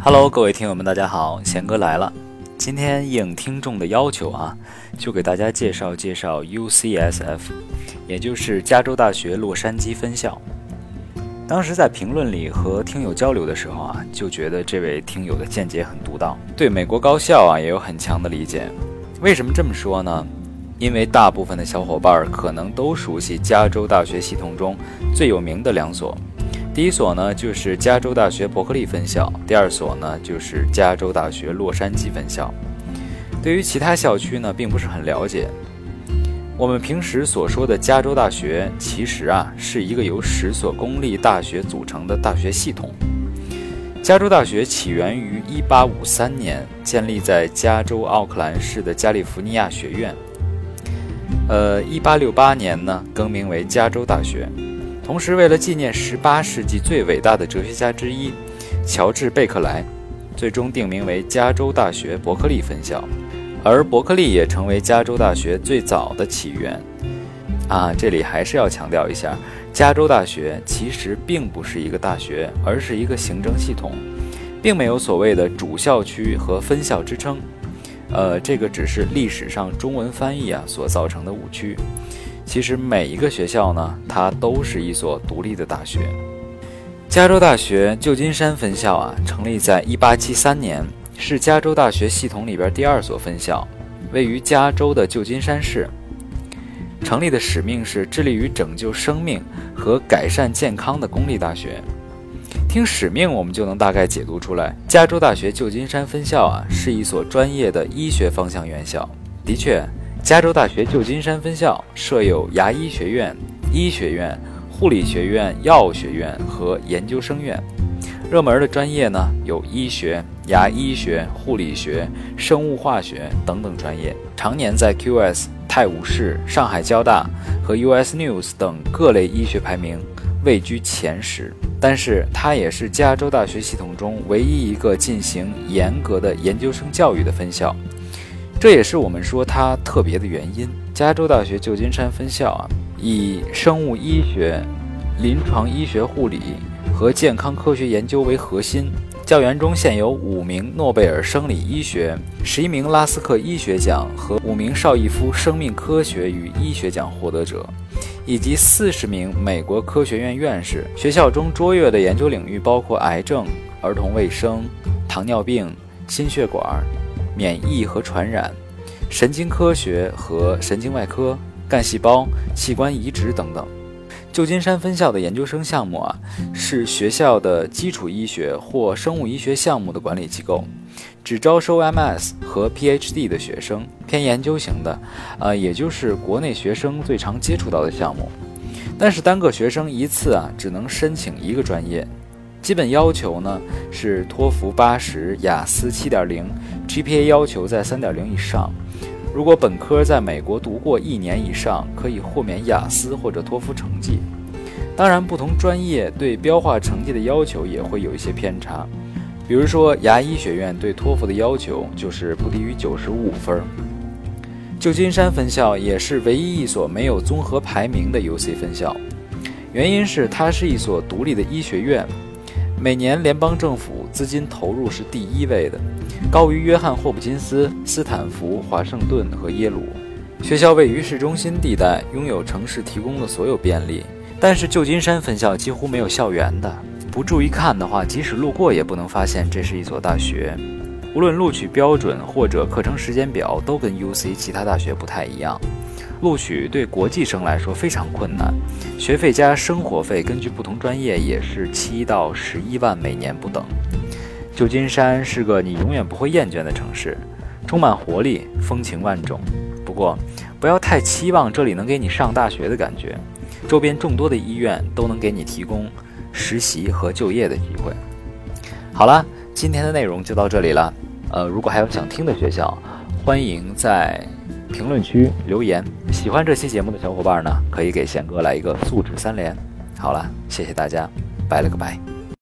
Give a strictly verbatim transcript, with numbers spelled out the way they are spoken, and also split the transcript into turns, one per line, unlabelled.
Hello， 各位听友们，大家好，贤哥来了。今天应听众的要求啊，就给大家介绍介绍 U C S F， 也就是加州大学洛杉矶分校。当时在评论里和听友交流的时候啊，就觉得这位听友的见解很独到，对美国高校啊也有很强的理解。为什么这么说呢？因为大部分的小伙伴可能都熟悉加州大学系统中最有名的两所。第一所呢就是加州大学伯克利分校，第二所呢就是加州大学洛杉矶分校。对于其他校区呢并不是很了解。我们平时所说的加州大学其实啊是一个由十所公立大学组成的大学系统。加州大学起源于一八五三年，建立在加州奥克兰市的加利福尼亚学院。呃一八六八年呢更名为加州大学。同时，为了纪念十八世纪最伟大的哲学家之一乔治·贝克莱，最终定名为加州大学伯克利分校，而伯克利也成为加州大学最早的起源。啊，这里还是要强调一下，加州大学其实并不是一个大学，而是一个行政系统，并没有所谓的主校区和分校之称。呃，这个只是历史上中文翻译啊所造成的误区。其实每一个学校呢，它都是一所独立的大学。加州大学旧金山分校啊，成立在一八七三年，是加州大学系统里边第二所分校，位于加州的旧金山市。成立的使命是致力于拯救生命和改善健康的公立大学。听使命，我们就能大概解读出来，加州大学旧金山分校啊，是一所专业的医学方向院校。的确，加州大学旧金山分校设有牙医学院、医学院、护理学院、药学院和研究生院。热门的专业呢有医学、牙医学、护理学、生物化学等等专业，常年在 Q S、泰晤士、上海交大和 U S News 等各类医学排名位居前十。但是它也是加州大学系统中唯一一个进行严格的研究生教育的分校。这也是我们说它特别的原因。加州大学旧金山分校啊，以生物医学、临床医学护理和健康科学研究为核心。教员中现有五名诺贝尔生理医学、十一名拉斯克医学奖和五名绍伊夫生命科学与医学奖获得者，以及四十名美国科学院院士。学校中卓越的研究领域包括癌症、儿童卫生、糖尿病、心血管、免疫和传染、神经科学和神经外科、干细胞、器官移植等等。旧金山分校的研究生项目啊，是学校的基础医学或生物医学项目的管理机构，只招收 M S 和 P H D 的学生，偏研究型的，呃，也就是国内学生最常接触到的项目。但是单个学生一次啊，只能申请一个专业。基本要求呢是托福八十、雅思 七点零、G P A 要求在 三点零 以上。如果本科在美国读过一年以上，可以豁免雅思或者托福成绩。当然，不同专业对标化成绩的要求也会有一些偏差。比如说，牙医学院对托福的要求就是不低于九十五分。旧金山分校也是唯一一所没有综合排名的 U C 分校，原因是它是一所独立的医学院。每年联邦政府资金投入是第一位的，高于约翰霍普金斯、斯坦福、华盛顿和耶鲁。学校位于市中心地带，拥有城市提供的所有便利。但是旧金山分校几乎没有校园的，不注意看的话，即使路过也不能发现这是一所大学。无论录取标准或者课程时间表，都跟 U C 其他大学不太一样。录取对国际生来说非常困难，学费加生活费根据不同专业也是七到十一万每年不等。旧金山是个你永远不会厌倦的城市，充满活力，风情万种。不过不要太期望这里能给你上大学的感觉，周边众多的医院都能给你提供实习和就业的机会。好了，今天的内容就到这里了。呃，如果还有想听的学校，欢迎在评论区留言。喜欢这期节目的小伙伴呢，可以给贤哥来一个素质三连。好了，谢谢大家，拜了个拜。